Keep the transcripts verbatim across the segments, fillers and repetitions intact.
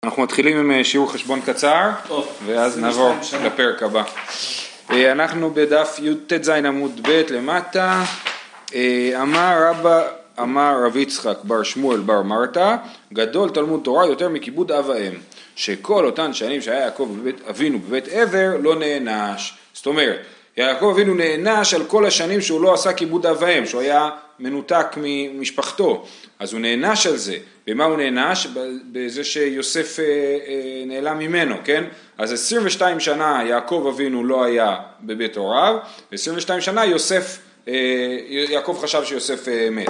אנחנו מתחילים עם שיעור חשבון קצר, ואז נעבור לפרק הבא. אנחנו בדף י"ט עמוד ב' למטה. אמר רבא, אמר רב יצחק בר שמואל בר מרתא, גדול תלמוד תורה יותר מכיבוד אב ואם, שכל אותן שנים שהיה יעקב בבית אבינו בבית עבר לא נענש. זאת אומרת, יעקב אבינו נענש על כל השנים שהוא לא עשה כיבוד אב ואם, שהוא היה מנותק ממשפחתו, אז הוא נענש על זה. במה הוא נענש? בזה שיוסף נעלם ממנו, כן? אז עשרים ושתיים שנה יעקב אבינו לא היה בבית הוריו, ו-עשרים ושתיים שנה יוסף, יעקב חשב שיוסף מת.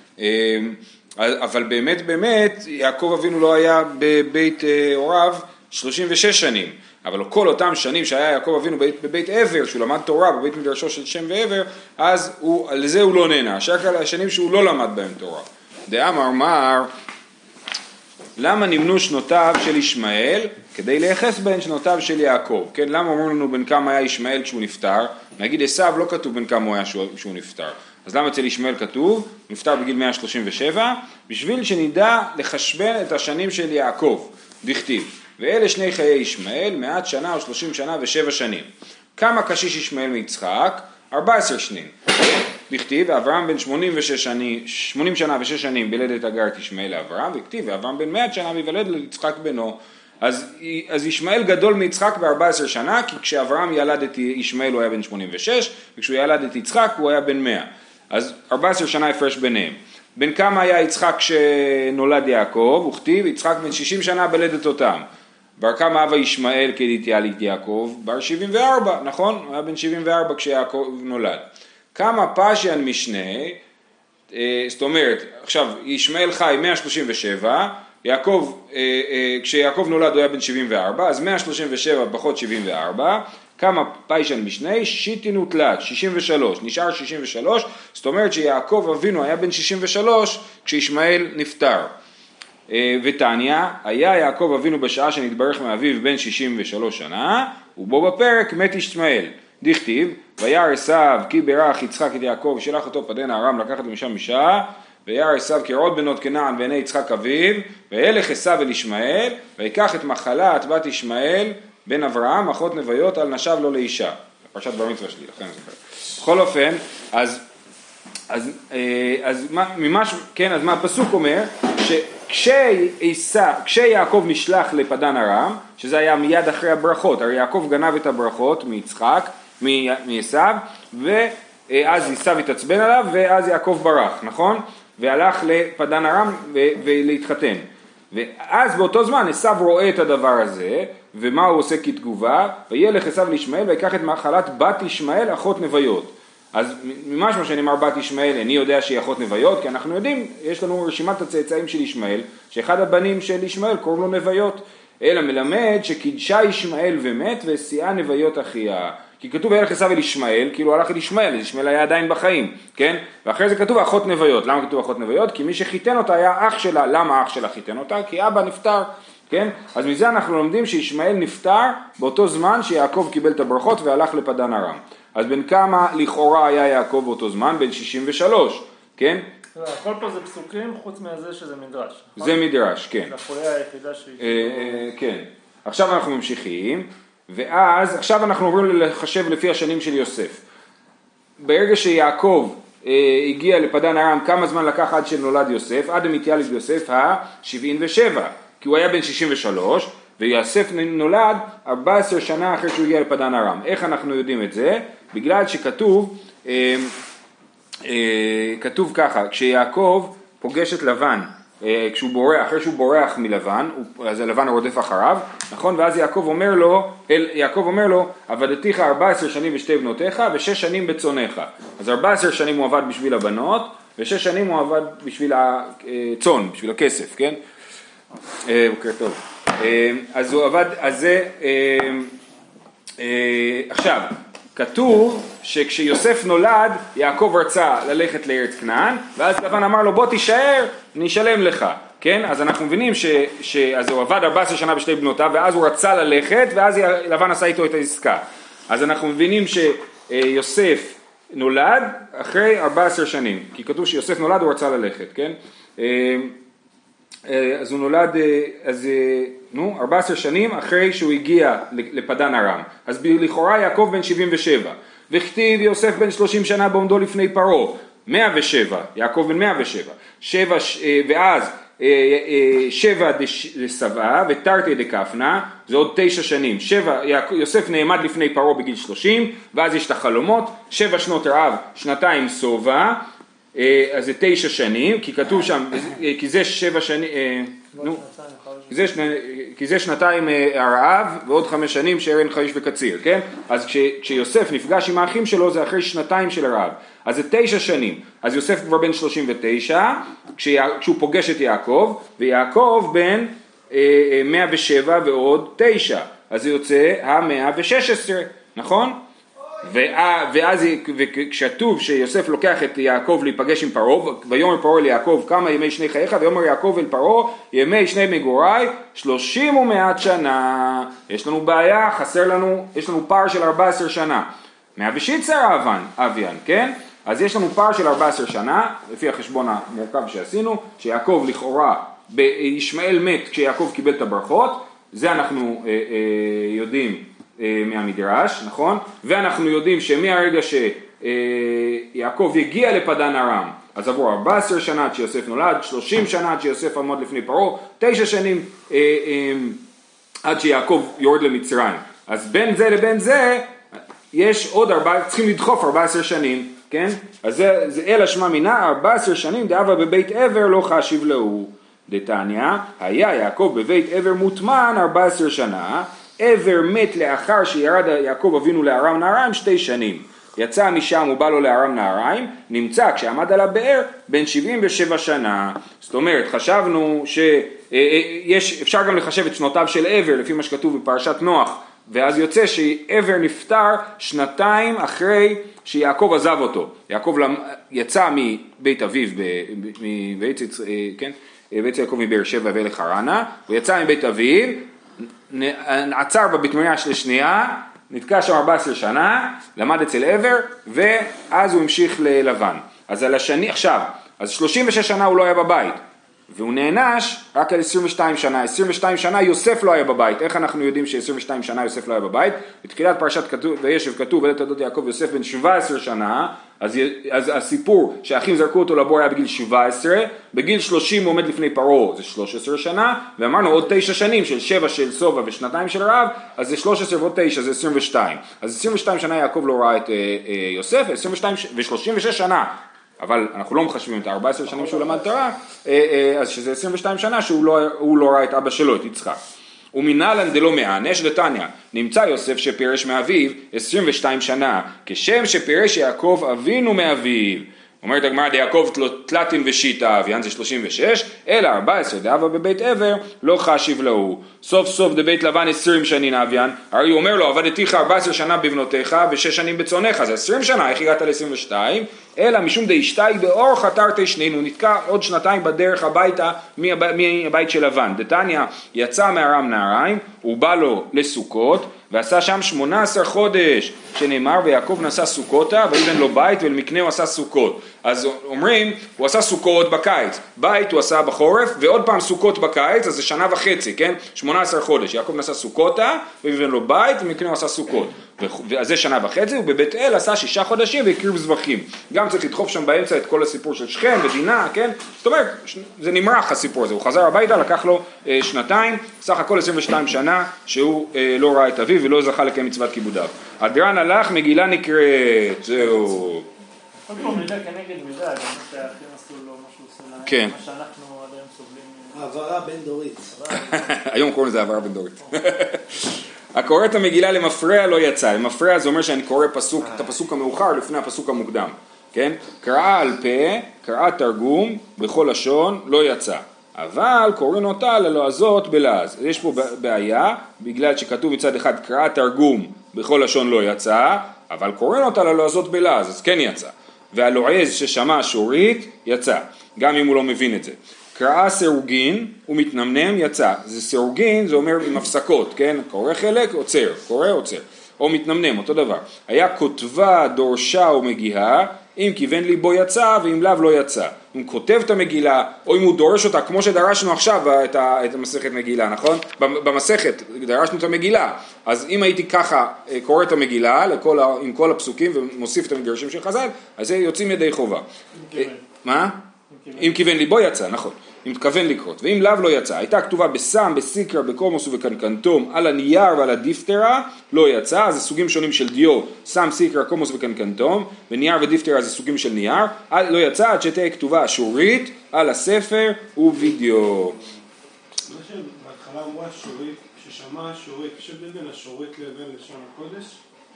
אבל באמת באמת יעקב אבינו לא היה בבית הוריו שלושים ושש שנים, אבל כל אותם שנים שהיה יעקב אבינו בבית, בבית עבר, שהוא למד תורה בבית מדרשו של שם ועבר, אז הוא, על זה הוא לא נענש, רק על השנים שהוא לא למד בהם תורה. דאמר מר, למה נמנו שנותיו של ישמעאל? כדי לייחס בין שנותיו של יעקב. כן, למה אומרים לנו בין כמה היה ישמעאל כשהוא נפטר? נגיד עשיו לא כתוב בין כמה הוא היה כשהוא נפטר. אז למה אצל ישמעאל כתוב? נפטר בגיל מאה שלושים ושבע, בשביל שנדע לחשבן את השנים של יעקב, דכתיב. ואלה שני חיי ישמעאל, מעט שנה או שלושים שנה ושבע שנים. כמה קשיש ישמעאל מיצחק? ארבע עשרה שנים. דכתיב, ואברהם בן שמונים ושש שנים, שמונים שנה ושש שנים בילד את הגר את ישמעאל לאברהם, וכתיב, ואברהם בן מאה שנה ויוולד ליצחק בנו. אז, אז ישמעאל גדול מיצחק ב-ארבע עשרה שנה, כי כשאברהם ילד את ישמעאל הוא היה בן שמונים ושש, וכשהוא ילד את יצחק הוא היה בן מאה. אז ארבע עשרה שנה הפרש ביניהם. בין כמה היה יצחק שנולד יעקב? וכתיב, יצחק בן שישים שנה בלדת אותם. בר כמה אבא ישמעאל כדיתיאל את יעקב? בר שבעים וארבע, נכון? הוא היה בן שבעים וארבע כשיעקב נולד. כמה פשיין משני, זאת אומרת, עכשיו ישמעאל חי מאה שלושים ושבע, יעקב, כשיעקב נולד הוא היה בן שבעים וארבע, אז מאה שלושים ושבע פחות שבעים וארבע, כמה פשיין משני? שיטין ותלת, שישים ושלוש, נשאר שישים ושלוש, זאת אומרת שיעקב אבינו היה בן שישים ושלוש כשישמעאל נפטר. ותניא, היה יעקב אבינו בשעה שנתברך מאביו בן שישים ושלוש שנה, ובו בפרק מת ישמעאל. דכתיב, וירא עשיו כי ברך יצחק את יעקב, שלח אותו פדן ארם לקחת משם אישה, וירא עשיו כרעות בנות כנען בעיני יצחק אביו, וילך עשיו אל ישמעאל, ויקח את מחלת בת ישמעאל בן אברהם, אחות נוויות על נשב לו לאישה. פרשת בר מצווה שלי, לכן זוכר. בכל אופן, אז, אז, אז ממש, כן, אז מה הפסוק אומר? כשיעקב נשלח לפדן ארם, שזה היה מיד אחרי הברכות, הרי יעקב גנב את הברכות מיצחק, מעשיו, ואז עשיו התעצבן עליו, ואז יעקב ברח, נכון? והלך לפדן ארם ולהתחתן. ואז באותו זמן עשיו רואה את הדבר הזה, ומה הוא עושה כתגובה? וילך עשיו לישמעאל ויקח את מחלת בת ישמעאל אחות נוויות. אז ממש מה שנאמר בת ישמעאל, אני יודע שהיא אחות נוויות, כי אנחנו יודעים, יש לנו רשימת הצאצאים של ישמעאל, שאחד הבנים של ישמעאל קוראים לו נוויות, אלא מלמד שקידשה ישמעאל ומת וסייעה נוויות אחיה. כי כתוב וילך עשיו אל ישמעאל, כאילו הלך אל ישמעאל, ישמעאל היה עדיין בחיים, כן? ואחרי זה כתוב אחות נוויות. למה כתוב אחות נוויות? כי מי שחיתן אותה היה אח שלה. למה אח שלה חיתן אותה? כי אבא נפטר, כן? אז מזה אנחנו לומדים שישמעאל נפטר באותו זמן שיעקב קיבל את הברכות והלך לפדן ארם. אז בין כמה לכאורה היה יעקב באותו זמן? בין שישים ושלוש, כן? הכל פה זה פסוקים חוץ מזה שזה מדרש. זה מדרש, כן. זה החוליה היחידה שהיא... כן. עכשיו אנחנו ממשיכים, ואז עכשיו אנחנו עוברים לחשב לפי השנים של יוסף. ברגע שיעקב הגיע לפדן ארם, כמה זמן לקח עד שנולד יוסף? עד המתיילד יוסף ה-שבעים ושבע, כי הוא היה בן שישים ושלוש, ויוסף נולד ארבע עשרה שנה אחרי שהוא הגיע לפדן ארם. איך אנחנו יודעים את זה? בגלל שכתוב, אה, אה, כתוב ככה, כשיעקב פוגש את לבן, אה, כשהוא בורח, אחרי שהוא בורח מלבן, אז הלבן רודף אחריו, נכון? ואז יעקב אומר לו, אל, יעקב אומר לו, עבדתיך ארבע עשרה שנים בשתי בנותיך ושש שנים בצונך. אז ארבע עשרה שנים הוא עבד בשביל הבנות, ושש שנים הוא עבד בשביל הצון, בשביל הכסף, כן? אה, בוקר טוב. אז הוא עבד, אז זה, עכשיו, כתוב שכשיוסף נולד, יעקב רצה ללכת לארץ כנען, ואז לבן אמר לו בוא תישאר, נשלם לך, כן? אז אנחנו מבינים ש, ש, אז הוא עבד ארבע עשרה שנה בשתי בנותיו, ואז הוא רצה ללכת, ואז לבן עשה איתו את העסקה. אז אנחנו מבינים שיוסף נולד אחרי ארבע עשרה שנים, כי כתוב שיוסף נולד, הוא רצה ללכת, כן? אז הוא נולד, אז נו, ארבע עשרה שנים אחרי שהוא הגיע לפדן ארם. אז לכאורה יעקב בן שבעים ושבע. וכתיב יוסף בן שלושים שנה בעומדו לפני פרעה. מאה ושבע, יעקב בן מאה ושבע. שבע, ואז שבע דסבעה ותרתי דקפנה, זה עוד תשע שנים. שבע, יוסף נעמד לפני פרעה בגיל שלושים, ואז יש את החלומות. שבע שנות רעב, שנתיים סובה. אז זה תשע שנים, כי כתוב שם, כי זה שבע שנים, נו, כי זה, שני, כי זה שנתיים הרעב ועוד חמש שנים שארן חריש וקציר, כן? אז כש, כשיוסף נפגש עם האחים שלו זה אחרי שנתיים של הרעב, אז זה תשע שנים, אז יוסף כבר בן שלושים ותשע, כשהוא פוגש את יעקב, ויעקב בן אה, מאה ושבע ועוד תשע, אז זה יוצא המאה ושש עשרה, נכון? ואז כשכתוב שיוסף לוקח את יעקב להיפגש עם פרעה, ויאמר פרעה ליעקב כמה ימי שני חייך, ויאמר יעקב אל פרעה ימי שני מגוריי שלושים ומעט שנה. יש לנו בעיה, חסר לנו, יש לנו פער של ארבע עשרה שנה. מאה ושיצר אביין, כן? אז יש לנו פער של ארבע עשרה שנה, לפי החשבון המורכב שעשינו, שיעקב לכאורה, ישמעאל מת כשיעקב קיבל את הברכות, זה אנחנו אה, אה, יודעים מהמדרש, נכון? ואנחנו יודעים שמהרגע שיעקב יגיע לפדן ארם, אז עברו ארבע עשרה שנה עד שיוסף נולד, שלושים שנה עד שיוסף עמוד לפני פרעה, תשע שנים אה, אה, עד שיעקב יורד למצרים. אז בין זה לבין זה יש עוד ארבע, צריכים לדחוף ארבע עשרה שנים, כן? אז זה, זה אלא שמע מינה, ארבע עשרה שנים דאבה בבית עבר לא חשיב לו. דתניא, היה יעקב בבית עבר מוטמן ארבע עשרה שנה, עבר מת לאחר שירד יעקב אבינו לארם נהריים שתי שנים. יצא משם ובא לו לארם נהריים, נמצא כשעמד על הבאר בן שבעים ושבע שנה. זאת אומרת, חשבנו שיש, אפשר גם לחשב את שנותיו של עבר לפי מה שכתוב בפרשת נוח, ואז יוצא שעבר נפטר שנתיים אחרי שיעקב עזב אותו. יעקב יצא מבית אביו, מבית, כן? בית יעקב מבאר שבע ולחרנה, הוא יצא מבית אביו, עצר בבטמניה של השנייה, נתקע שם ארבע עשרה שנה, למד אצל עבר, ואז הוא המשיך ללבן. אז על השני, עכשיו, אז שלושים ושש שנה הוא לא היה בבית, והוא נענש רק על עשרים ושתיים שנה. עשרים ושתיים שנה יוסף לא היה בבית. איך אנחנו יודעים ש-עשרים ושתיים שנה יוסף לא היה בבית? בתחילת פרשת כתוב, וישב כתוב, ולתולדות יעקב יוסף בן שבע עשרה שנה, אז, אז הסיפור שהאחים זרקו אותו לבור היה בגיל שבע עשרה, בגיל שלושים הוא עומד לפני פרעה, זה שלוש עשרה שנה, ואמרנו עוד תשע שנים של שבע של סובה ושנתיים של רעב, אז זה שלוש עשרה ועוד תשע, זה עשרים ושתיים. אז עשרים ושתיים שנה יעקב לא ראה את אה, אה, יוסף, עשרים ושתיים ו-שלושים ושש שנה, אבל אנחנו לא מחשבים את ארבע עשרה שנים שהוא למד תורה, אז שזה עשרים ושתיים שנה שהוא לא, הוא לא ראה את אבא שלו, את יצחק. ומנהלן דלא מענש דתניא, נמצא יוסף שפירש מאביו עשרים ושתיים שנה, כשם שפירש יעקב אבינו מאביו. אומרת הגמרא דיעקב תלתין ושיטה אביין זה שלושים ושש, אלא ארבע עשרה דאבה בבית עבר לא חשיב לו. סוף סוף דבית לבן עשרים שנים אביין, הרי הוא אומר לו עבדתיך ארבע עשרה שנה בבנותיך ושש שנים בצונך, זה עשרים שנה, איך הגעת ל-עשרים ושתיים? אלא משום דאשתאי באור חתרתי שנין, הוא נתקע עוד שנתיים בדרך הביתה מהבית של לבן. דתניא יצא מארם נהריים, הוא בא לו לסוכות, ועשה שם שמונה עשר חודש, שנאמר ויעקב נשא סוכותה, ויבן לו בית ולמקנה הוא עשה סוכות. אז אומרים, הוא עשה סוכות בקיץ, בית הוא עשה בחורף, ועוד פעם סוכות בקיץ, אז זה שנה וחצי, כן? שמונה עשר חודש, יעקב נשא סוכותה, ויבן לו בית ולמקנה הוא עשה סוכות. אז זה שנה וחצי, ובבית אל עשה שישה חודשים והקריב זבחים. גם צריך לדחוף שם באמצע את כל הסיפור של שכם ודינה, כן? זאת אומרת, זה נמרח הסיפור הזה, הוא חזר הביתה, לקח לו אה, שנתיים, סך הכל עשרים ושתיים שנה שהוא אה, לא ראה את אביו ולא זכה לקיים מצוות כיבודיו. הדרן הלך, מגילה נקראת, זהו. כל פעם מידה כנגד מידה, גם שהאחים עשו לו משהו סליים, כן. מה שאנחנו עד היום סובלים. העברה בין דורית. היום קוראים לזה העברה בין דורית. הקורא את המגילה למפרע לא יצא, למפרע זה אומר שאני קורא פסוק, את הפסוק המאוחר לפני הפסוק המוקדם, כן? קראה על פה, קראה תרגום, בכל לשון לא יצא, אבל קוראים אותה ללועזות בלעז. יש פה בעיה, בגלל שכתוב מצד אחד קראה תרגום, בכל לשון לא יצא, אבל קוראים אותה ללועזות בלעז, אז כן יצא. והלועז ששמע שורית יצא, גם אם הוא לא מבין את זה. קראה סירוגין ומתנמנם יצא, זה סירוגין זה אומר עם הפסקות, כן? קורא חלק עוצר, קורא עוצר, או מתנמנם אותו דבר. היה כותבה דורשה ומגיעה, אם כיוון ליבו יצא ואם לאו לא יצא. אם כותב את המגילה, או אם הוא דורש אותה, כמו שדרשנו עכשיו את, ה, את המסכת מגילה, נכון? במסכת דרשנו את המגילה, אז אם הייתי ככה קורא את המגילה לכל, עם כל הפסוקים ומוסיף את המדרשים של חז"ל, אז זה יוצאים ידי חובה. מה? אם כיוון ליבו יצא, נכון. אם מתכוון לקרות, ואם לאו לא יצא, הייתה כתובה בסם, בסיקרא, בקומוס ובקנקנטום, על הנייר ועל הדיפטרה, לא יצא, אז זה סוגים שונים של דיו, סם, סיקרא, קומוס וקנקנטום, ונייר ודיפטרה זה סוגים של נייר, לא יצא עד שתהיה כתובה אשורית, על הספר ווידאו. מה שבהתחלה אמרה אשורית, ששמע אשורית, יש הבדל בין אשורית לבין לשון הקודש?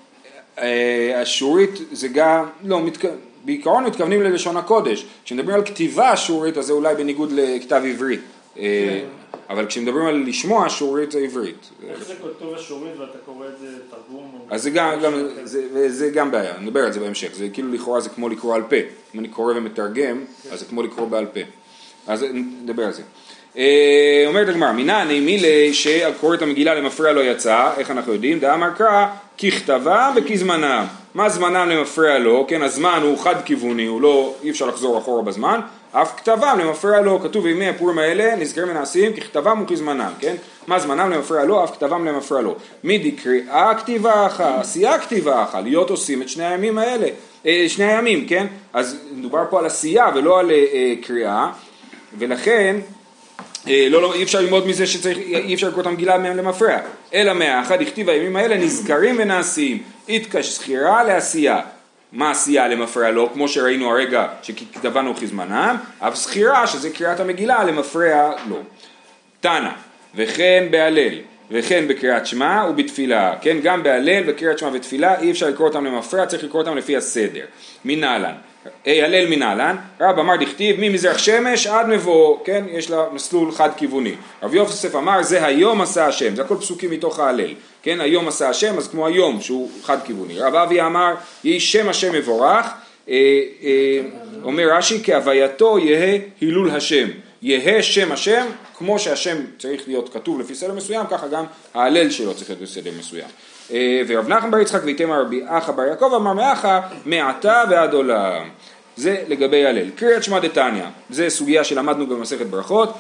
אשורית זה גם, לא, בעיקרון מתכוונים ללשון הקודש. כשמדברים על כתיבה אשורית, אז זה אולי בניגוד לכתב עברית. אבל כשמדברים על לשמוע אשורית, זה עברית. איך זה כתוב אשורית ואתה קורא את זה תרגום? אז זה גם בעיה, נדבר על זה בהמשך. זה כאילו לכאורה זה כמו לקרוא על פה. אם אני קורא ומתרגם, אז זה כמו לקרוא בעל פה. אז נדבר על זה. אומרת הגמרא, מינן מילי שקורא את המגילה למפרע לא יצא, איך אנחנו יודעים? דאמר קרא ככתבה וכזמנם. מה זמנם למפרע לו? כן, הזמן הוא חד כיווני, הוא לא, אי אפשר לחזור אחורה בזמן, אף כתבם למפרע לו, כתוב בימי הפורים האלה, נזכרים ונעשים ככתבם וכזמנם, כן? מה זמנם למפרע לו, אף כתבם למפרע לו. מידי קריאה כתיבה אחת, עשייה כתיבה אחת, להיות עושים את שני הימים האלה, שני הימים, כן? אז מדובר פה על עשייה ולא על קריאה, ולכן לא, לא, אי אפשר ללמוד מזה שצריך, אי אפשר לקרוא את המגילה למפרע, אלא מהאחד הכתיב הימים האלה נזכרים ונעשים, התכסחירה לעשייה. מה עשייה למפרע לא? כמו שראינו הרגע שכתבנו כזמנם, אף סחירה שזה קריאת המגילה למפרע לא. תנא, וכן בהלל, וכן בקריאת שמע ובתפילה, כן, גם בהלל וקריאת שמע ותפילה אי אפשר לקרוא אותם למפרע, צריך לקרוא אותם לפי הסדר. מנהלן, הלל מנהלן, רב אמר דכתיב ממזרח שמש עד מבוא, כן, יש לה מסלול חד כיווני. רב יוסף אמר זה היום עשה השם, זה הכל פסוקים מתוך ההלל, כן, היום עשה השם, אז כמו היום שהוא חד כיווני. רב אבי אמר יהי שם השם מבורך, אה, אה, אומר רש"י כהווייתו יהא הילול השם, יהא שם השם, כמו שהשם צריך להיות כתוב לפי סדר מסוים, ככה גם ההלל שלו צריך להיות בסדר מסוים. ורב נחמן בר יצחק ואיתמר רבי אחא בר יעקב אמר מאחא מעתה ועד עולם. זה לגבי הלל. קריאת שמע דתניא, זה סוגיה שלמדנו במסכת ברכות,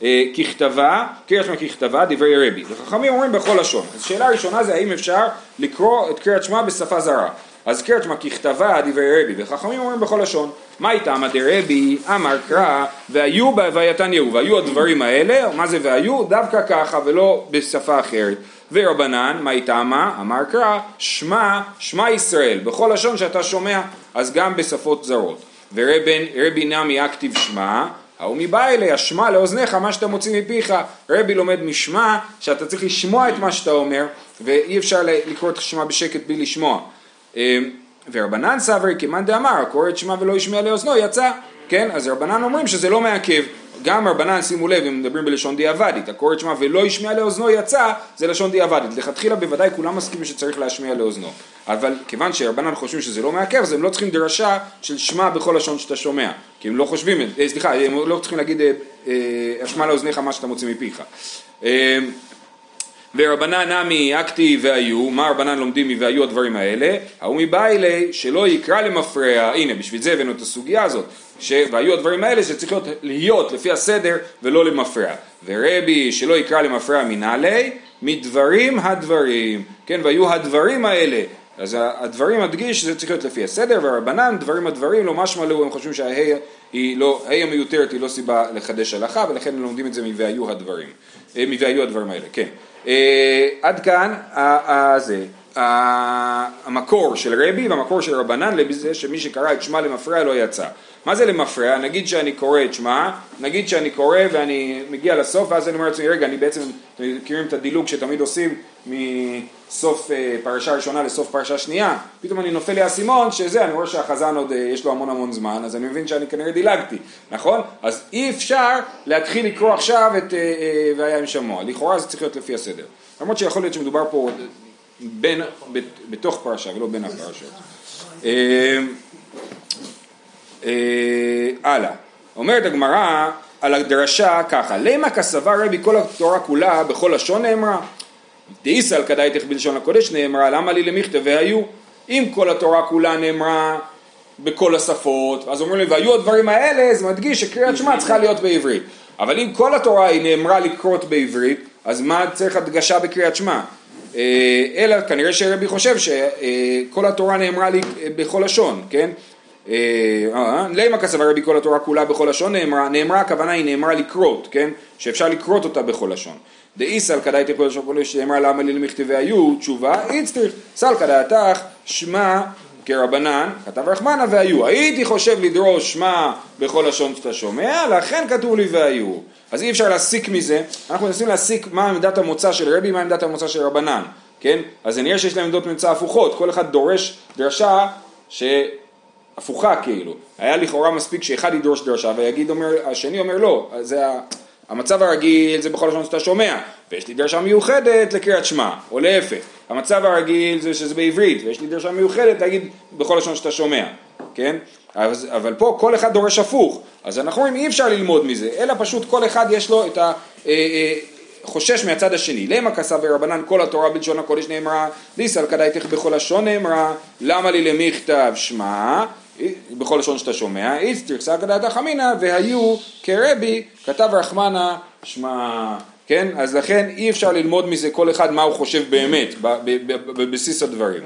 ככתבה, קריאת שמע ככתבה דברי רבי, וחכמים אומרים בכל לשון. אז שאלה הראשונה זה האם אפשר לקרוא את קריאת שמע בשפה זרה. אז קריאת שמע ככתבה דברי רבי, וחכמים אומרים בכל לשון. מה איתם? דרבי אמר קרא והיו בהווייתן יהיו, והיו הדברים האלה, מה זה והיו? דווקא ככה ולא בשפה אחרת. ורבנן, מה איתם? אמר קרא, שמע, שמע ישראל, בכל לשון שאתה שומע, אז גם בשפות זרות. ורבי נמי אכתיב שמע, ההוא מבא אלי, השמע לאוזניך מה שאתה מוציא מפיך. רבי לומד משמע, שאתה צריך לשמוע את מה שאתה אומר, ואי אפשר לקרוא את שמע בשקט בלי לשמוע. ורבנן סברי כמאן דאמר, הקורא את שמע ולא ישמע לאוזנו, יצא. כן, אז רבנן אומרים שזה לא מעכב. גם רבנן, שימו לב, הם מדברים בלשון דיעבדית, הקורא את שמע ולא ישמע לאוזנו יצא, זה לשון דיעבדית. לכתחילה בוודאי כולם מסכימים שצריך להשמיע לאוזנו. אבל כיוון שרבנן חושבים שזה לא מעכב, אז הם לא צריכים דרשה של שמע בכל לשון שאתה שומע. כי הם לא חושבים, סליחה, הם לא צריכים להגיד, השמע לאוזניך מה שאתה מוציא מפיך. ורבנן נמי אכתיב והיו, מה רבנן לומדים והיו הדברים האלה? ההוא מבא אלי שלא יקרא למפרע, הנה בשביל זה הבאנו את הסוגיה הזאת, והיו הדברים האלה שצריך להיות, להיות לפי הסדר ולא למפרע. ורבי שלא יקרא למפרע מנהלי, מדברים הדברים, כן, והיו הדברים האלה, אז הדברים הדגיש שזה צריך להיות לפי הסדר, והרבנן דברים הדברים לא משמע לו, הם חושבים שההי היא לא, ההי המיותרת היא לא סיבה לחדש הלכה, ולכן הם לומדים את זה מבהיו הדברים, מבהיו הדברים האלה, כן. עד כאן זה המקור של רבי והמקור של רבנן לזה שמי שקרא את שמע למפרע לא יצא. מה זה למפרע? נגיד שאני קורא את שמע, נגיד שאני קורא ואני מגיע לסוף ואז אני אומר לעצמי רגע, אני בעצם, אתם מכירים את הדילוג שתמיד עושים מסוף פרשה ראשונה לסוף פרשה שנייה, פתאום אני נופל לי הסימון שזה, אני רואה שהחזן עוד יש לו המון המון זמן, אז אני מבין שאני כנראה דילגתי, נכון? אז אי אפשר להתחיל לקרוא עכשיו את והיה עם שמוע, לכאורה זה צריך להיות לפי הסדר. למרות שיכול להיות שמדובר פה בין, בתוך פרשה ולא בין הפרשות. הלאה, אומרת הגמרא על הדרשה ככה, למה כסבה רבי כל התורה כולה בכל לשון נאמרה? דאיסל כדאי תך בלשון הקודש נאמרה, למה לי למכתב והיו? אם כל התורה כולה נאמרה בכל השפות, אז אומרים לי, והיו הדברים האלה, זה מדגיש שקריאת שמע צריכה להיות בעברית. אבל אם כל התורה היא נאמרה לקרות בעברית, אז מה צריך הדגשה בקריאת שמע? אלא כנראה שרבי חושב שכל התורה נאמרה לי בכל לשון, כן? למה כסבר רבי כל התורה כולה בכל לשון נאמרה? נאמרה, הכוונה היא נאמרה לקרות, כן? שאפשר לקרות אותה בכל לשון. דאיסל כדאי תקבל לשון שנאמרה למה לי למכתבי היו, תשובה, איצטריך, סל כדאתך, שמע כרבנן, כתב רחמנה והיו. הייתי חושב לדרוש שמע בכל לשון שאתה שומע, לכן כתוב לי והיו. אז אי אפשר להסיק מזה, אנחנו מנסים להסיק מה עמדת המוצא של רבי, מה עמדת המוצא של רבנן, כן? אז זה נראה שיש להם עמדות מוצא הפוכות, כל אחד דורש דרשה שהפוכה כאילו. היה לכאורה מספיק שאחד ידרוש דרשה ויגיד אומר, השני אומר לא, זה המצב הרגיל זה בכל לשון שאתה שומע, ויש לי דרשה מיוחדת לקריאת שמע, או להפך. המצב הרגיל זה שזה בעברית, ויש לי דרשה מיוחדת להגיד בכל לשון שאתה שומע, כן? אבל פה כל אחד דורש הפוך, אז אנחנו רואים אי אפשר ללמוד מזה, אלא פשוט כל אחד יש לו את החושש מהצד השני. למה כסב ורבנן כל התורה בלשון הקודש נאמרה, דיסל כדאיתך בכל לשון נאמרה, למה לי למכתב שמע, בכל לשון שאתה שומע, איצטריך סל כדאיתך אמינא, והיו כרבי כתב רחמנה שמע, כן? אז לכן אי אפשר ללמוד מזה כל אחד מה הוא חושב באמת, בבסיס הדברים.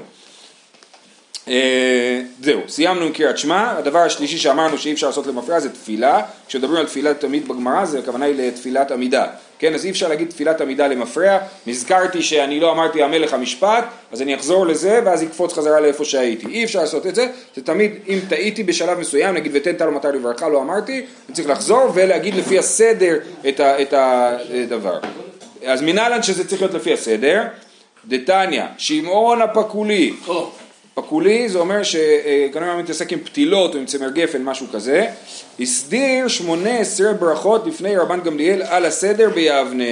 זהו, סיימנו עם קריאת שמע. הדבר השלישי שאמרנו שאי אפשר לעשות למפרע זה תפילה. כשמדברים על תפילת תמיד בגמרא זה הכוונה היא לתפילת עמידה, כן? אז אי אפשר להגיד תפילת עמידה למפרע. נזכרתי שאני לא אמרתי המלך המשפט, אז אני אחזור לזה ואז יקפוץ חזרה לאיפה שהייתי. אי אפשר לעשות את זה, זה תמיד אם טעיתי בשלב מסוים, נגיד ותן תל ומטר לברכה, לא אמרתי, אני צריך לחזור ולהגיד לפי הסדר את, ה, את הדבר. אז מנהלן שזה צריך להיות לפי הסדר. דתניא, שמעון הפקולי, פקולי זה אומר שכנראה מתעסק עם פתילות או עם צמר גפן, משהו כזה, הסדיר שמונה עשרה ברכות לפני רבן גמליאל על הסדר ביבנה.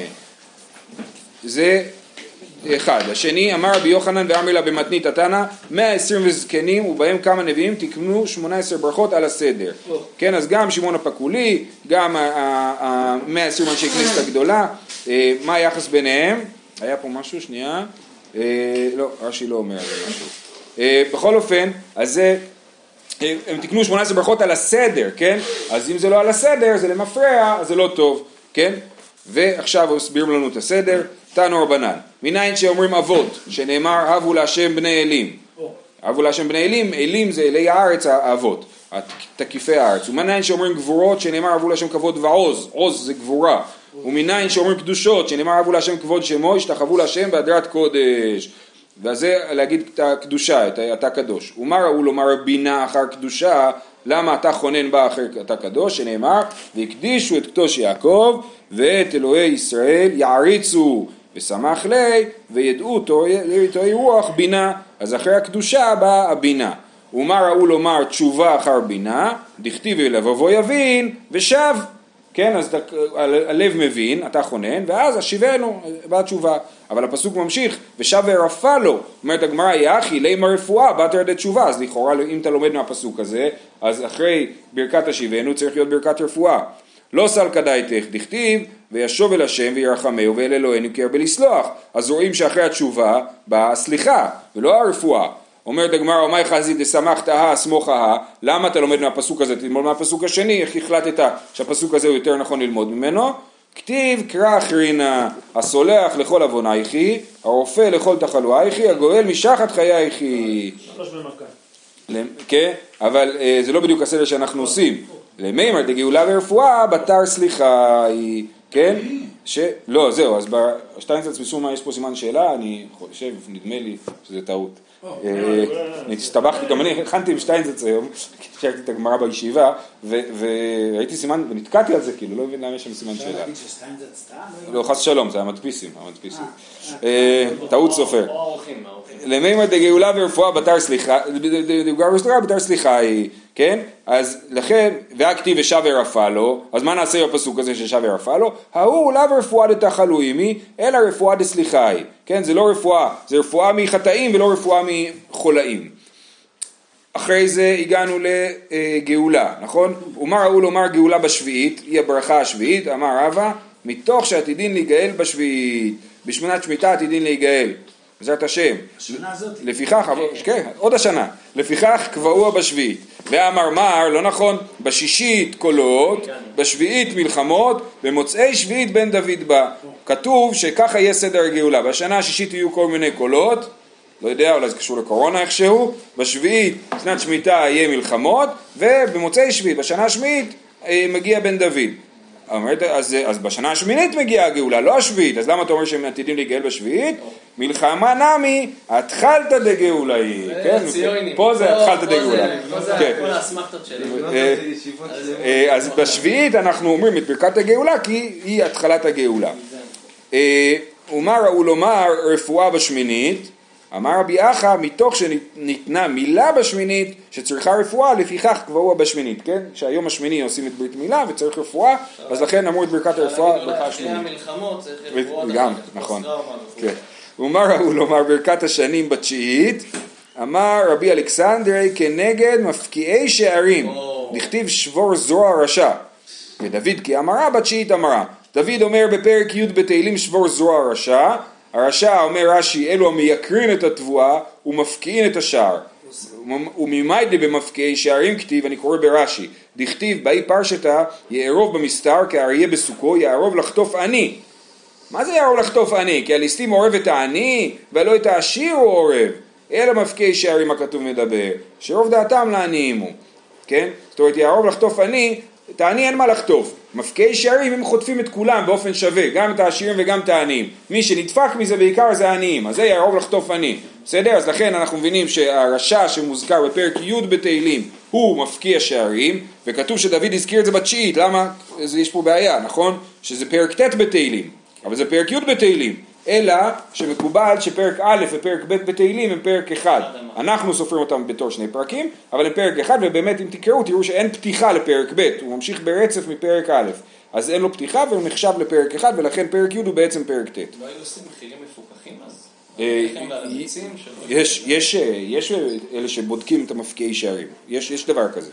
זה אחד. השני, אמר רבי יוחנן ואמר לה במתנית התנא, מאה ועשרים וזקנים ובהם כמה נביאים תקנו שמונה עשרה ברכות על הסדר. כן, אז גם שמעון הפקולי, גם ה-מאה ועשרים אנשי כנסת הגדולה, מה היחס ביניהם? היה פה משהו, שנייה. לא, רש"י לא אומר משהו. בכל אופן, אז זה, הם תקנו שמונה עשרה ברכות על הסדר, כן? אז אם זה לא על הסדר, זה למפרע, אז זה לא טוב, כן? ועכשיו הוא הסביר לנו את הסדר. תנו רבנן, מניין שאומרים אבות, שנאמר הבו להשם בני אלים. הבו להשם בני אלים, אלים זה אלי הארץ האבות, תקיפי הארץ. ומניין שאומרים גבורות, שנאמר הבו להשם כבוד ועוז, עוז זה גבורה. ומניין שאומרים קדושות, שנאמר הבו להשם כבוד שמו, השתחוו להשם בהדרת קודש. וזה להגיד את הקדושה, את אתה קדוש. ומה ראו לומר בינה אחר קדושה, למה אתה חונן בה אחר אתה קדוש, שנאמר, והקדישו את קדוש יעקב ואת אלוהי ישראל יעריצו ושמח לי וידעו תוהי רוח בינה. אז אחרי הקדושה באה הבינה. ומה ראו לומר תשובה אחר בינה, דכתיב לבבו יבין ושב. כן, אז הלב מבין, אתה חונן, ואז השיבנו באה תשובה. אבל הפסוק ממשיך, ושב ורפא לו, אומרת הגמרא, יחי, לימה רפואה, באת ירדת תשובה. אז לכאורה, אם אתה לומד מהפסוק הזה, אז אחרי ברכת השיבנו צריך להיות ברכת רפואה. לא סל כדאיתך, דכתיב, וישוב אל השם וירחמהו ואל אלוהינו כי ירבה לסלוח. אז רואים שאחרי התשובה באה סליחה, ולא הרפואה. אומרת הגמרא, ומאי חזי דשמחת הא סמוך הא, למה אתה לומד מהפסוק הזה? תלמוד מהפסוק השני, איך החלטת שהפסוק הזה הוא יותר נכון ללמוד ממנו? כתיב קרא אחרינה, הסולח לכל עוונייכי, הרופא לכל תחלואייכי, הגואל משחת חייכי. שלוש במכה. כן, אבל זה לא בדיוק הסדר שאנחנו עושים. למימר דגאולה ורפואה בתר סליחה היא, כן? לא, זהו, אז בשטיינזלץ משום מה יש פה סימן שאלה, אני חושב, נדמה לי שזה טעות. אני הסתבכתי, גם אני הכנתי עם שטיינזלץ היום, כשהייתי את הגמרא בישיבה, וראיתי סימן, ונתקעתי על זה, כאילו, לא מבין למה יש שם סימן שאלה. לא, חס שלום, זה המדפיסים, המדפיסים. טעות סופר. למימר דגאולה ורפואה בתר סליחה, בתר סליחה היא, כן? אז לכן, והכתיב ושב ורפא לו, אז מה נעשה בפסוק הזה ששב ורפא לו? ההוא לאו רפואה דתחלו עמי, אלא רפואה דסליחה היא, כן? זה לא רפואה, זה רפואה מחטאים ולא רפואה מחולאים. אחרי זה הגענו לגאולה, נכון? ומה ראו לומר גאולה בשביעית, היא הברכה השביעית, אמר רבא, מתוך שעתידין להיגאל בשביעית, בשמונת שמיטה עתידין להיגאל. בעזרת השם. השנה הזאת. לפיכך, כן, עוד השנה. לפיכך קבעוה בשביעית. ואמר מר, לא נכון, בשישית קולות, בשביעית מלחמות, במוצאי שביעית בן דוד בא. כתוב שככה יהיה סדר הגאולה. בשנה השישית יהיו כל מיני קולות, לא יודע, אולי זה קשור לקורונה איכשהו, בשביעית, שנת שמיטה יהיה מלחמות, ובמוצאי שביעית, בשנה השמיעית, מגיע בן דוד. אז, אז בשנה השמינית מגיעה הגאולה, לא השביעית, אז למה אתה אומר שהם עתידים להיגאל בשביעית? מלחמה נמי, התחלת דגאולה היא, כן? פה זה התחלת דגאולה. פה זה כל האסמכתות שלי. אז בשביעית אנחנו אומרים את ברכת הגאולה, כי היא התחלת הגאולה. ומה ראו לומר רפואה בשמינית? אמר רבי אחא, מתוך שניתנה מילה בשמינית שצריכה רפואה, לפיכך קבעוה בשמינית, כן? שהיום השמיני עושים את ברית מילה וצריך רפואה, אז לכן אמרו את ברכת הרפואה ברכה השמינית. אחרי המלחמות צריך רפואה. גם, נכון. ומה ראו לומר ברכת השנים בתשיעית? אמר רבי אלכסנדרי כנגד מפקיעי שערים, דכתיב שבור זרוע רשע, ודוד כי אמרה בתשיעית אמרה. דוד אומר בפרק י' בתהילים שבור זרוע רשע, הרשע אומר רש"י אלו המייקרין את התבואה ומפקיעין את השער. וממיידי במפקיעי שערים כתיב, אני קורא ברש"י, דכתיב באי פרשתה יערוב במסתר כאריה בסוכו יערוב לחטוף עני. מה זה יערוב לחטוף עני? כי הליסטים עורב את העני ולא את העשיר הוא עורב. אלא מפקיעי שערים הכתוב מדבר, שרוב דעתם לעניים הוא. כן? זאת אומרת יערוב לחטוף עני, את העני אין מה לחטוף. מפקיעי שערים הם חוטפים את כולם באופן שווה, גם את העשירים וגם את העניים. מי שנדפק מזה בעיקר זה העניים, אז זה יערוב לחטוף עני. בסדר? אז לכן אנחנו מבינים שהרשע שמוזכר בפרק י' בתהילים הוא מפקיע שערים, וכתוב שדוד הזכיר את זה בתשיעית. למה? יש פה בעיה, נכון? שזה פרק ט' בתהילים, אבל זה פרק י' בתהילים. אלא שמקובל שפרק א' ופרק ב' בתהילים הם פרק אחד. אנחנו סופרים אותם בתור שני פרקים, אבל הם פרק אחד, ובאמת אם תקראו תראו שאין פתיחה לפרק ב', הוא ממשיך ברצף מפרק א', אז אין לו פתיחה והוא נחשב לפרק אחד, ולכן פרק י' הוא בעצם פרק ט'. לא היו עושים מחירים מפוקחים אז? יש, יש, יש אלה שבודקים את המפקיעי שערים, יש, יש דבר כזה.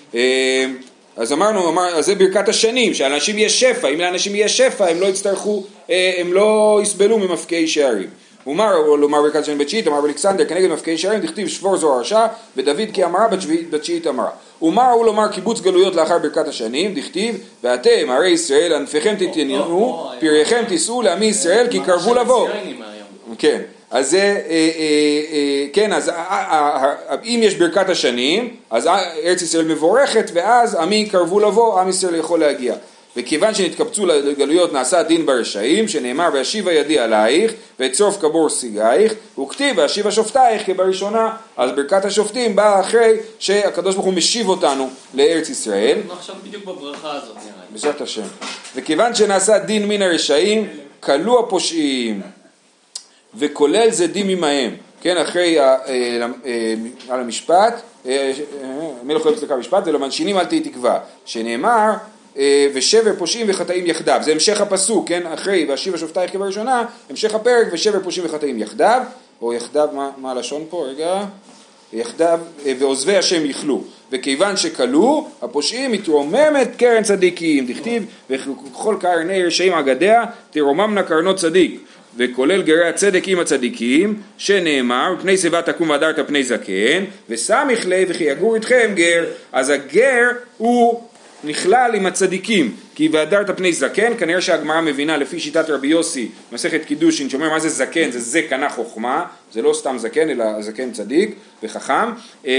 אז אמרנו, אמר, אז זה ברכת השנים, שאנשים יהיה שפע, אם לאנשים יהיה שפע, הם לא יצטרכו, הם לא יסבלו ממפקיעי שערים. אומר, לומר ברכת השנים בתשיעית, אמר באלכסנדר, כנגד מפקיעי שערים, דכתיב שבור זרוע רשע, ודוד כי אמרה בתשיעית אמרה. אומר, הוא לומר קיבוץ גלויות לאחר ברכת השנים, דכתיב, ואתם, הרי ישראל, ענפיכם תתעניינו, פרייכם תישאו לעמי ישראל, כי קרבו לבוא. כן. אז זה, כן, אז אם יש ברכת השנים, אז ארץ ישראל מבורכת, ואז עמי קרבו לבוא, עם ישראל יכול להגיע. וכיוון שנתקבצו לגלויות נעשה דין ברשעים, שנאמר והשיבה ידי עלייך, ואצרוף כבור סיגייך, וכתיב והשיבה שופטייך כבראשונה. אז ברכת השופטים באה אחרי שהקדוש ברוך הוא משיב אותנו לארץ ישראל. אנחנו עכשיו בדיוק בברכה הזאת. בעזרת השם. וכיוון שנעשה דין מן הרשעים, כלו הפושעים. וכולל זדים עמהם, כן, אחרי על המשפט, מלך אוהב צדקה משפט, ולמנשינים אל תהי תקווה, שנאמר, ושבר פושעים וחטאים יחדיו, זה המשך הפסוק, כן, אחרי והשיבה שופטייך כבראשונה, המשך הפרק, ושבר פושעים וחטאים יחדיו, או יחדיו, מה, מה הלשון פה, רגע, יחדיו, ועוזבי השם יכלו, וכיוון שכלו, הפושעים מתרוממת קרן צדיקים, דכתיב, וכל קרני רשעים אגדיה, תרוממנה קרנות צדיק, וכולל גרי הצדק עם הצדיקים, שנאמר, פני שיבה תקום והדרת פני זקן, וסמיך ליה וכי יגור איתכם גר. אז הגר הוא נכלל עם הצדיקים, כי והדרת פני זקן, כנראה שהגמרא מבינה לפי שיטת רבי יוסי, מסכת קידושין, שאומר מה זה זקן, זה זה קנה חוכמה, זה לא סתם זקן, אלא זקן צדיק וחכם,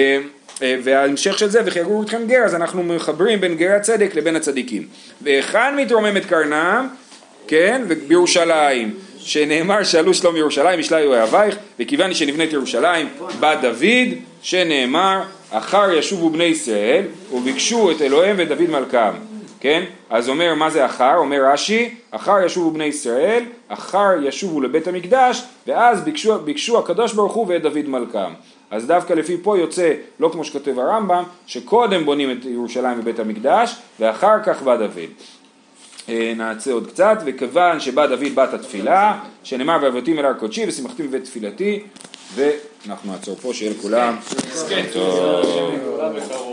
וההמשך של זה, וכי יגור איתכם גר, אז אנחנו מחברים בין גרי הצדק לבין הצדיקים. ואחד מתרוממת קרנם, כן, ובירושלים, שנאמר שאלו שלום ירושלים ישליו אוהבייך, וכיוון שנבנית ירושלים בא דוד, שנאמר אחר ישובו בני ישראל וביקשו את אלוהים ואת דוד מלכם. כן, אז אומר מה זה אחר? אומר רש"י, אחר ישובו בני ישראל, אחר ישובו לבית המקדש, ואז ביקשו, ביקשו הקדוש ברוך הוא ואת דוד מלכם. אז דווקא לפי פה יוצא, לא כמו שכתב הרמב"ם, שקודם בונים את ירושלים ובית המקדש ואחר כך בא דוד. נעצה עוד קצת, וכיוון שבא דוד בת התפילה, שנאמר ואהבתים אל הר קודשי ושמחתי בבית תפילתי, ואנחנו נעצור פה, שיהיה לכולם.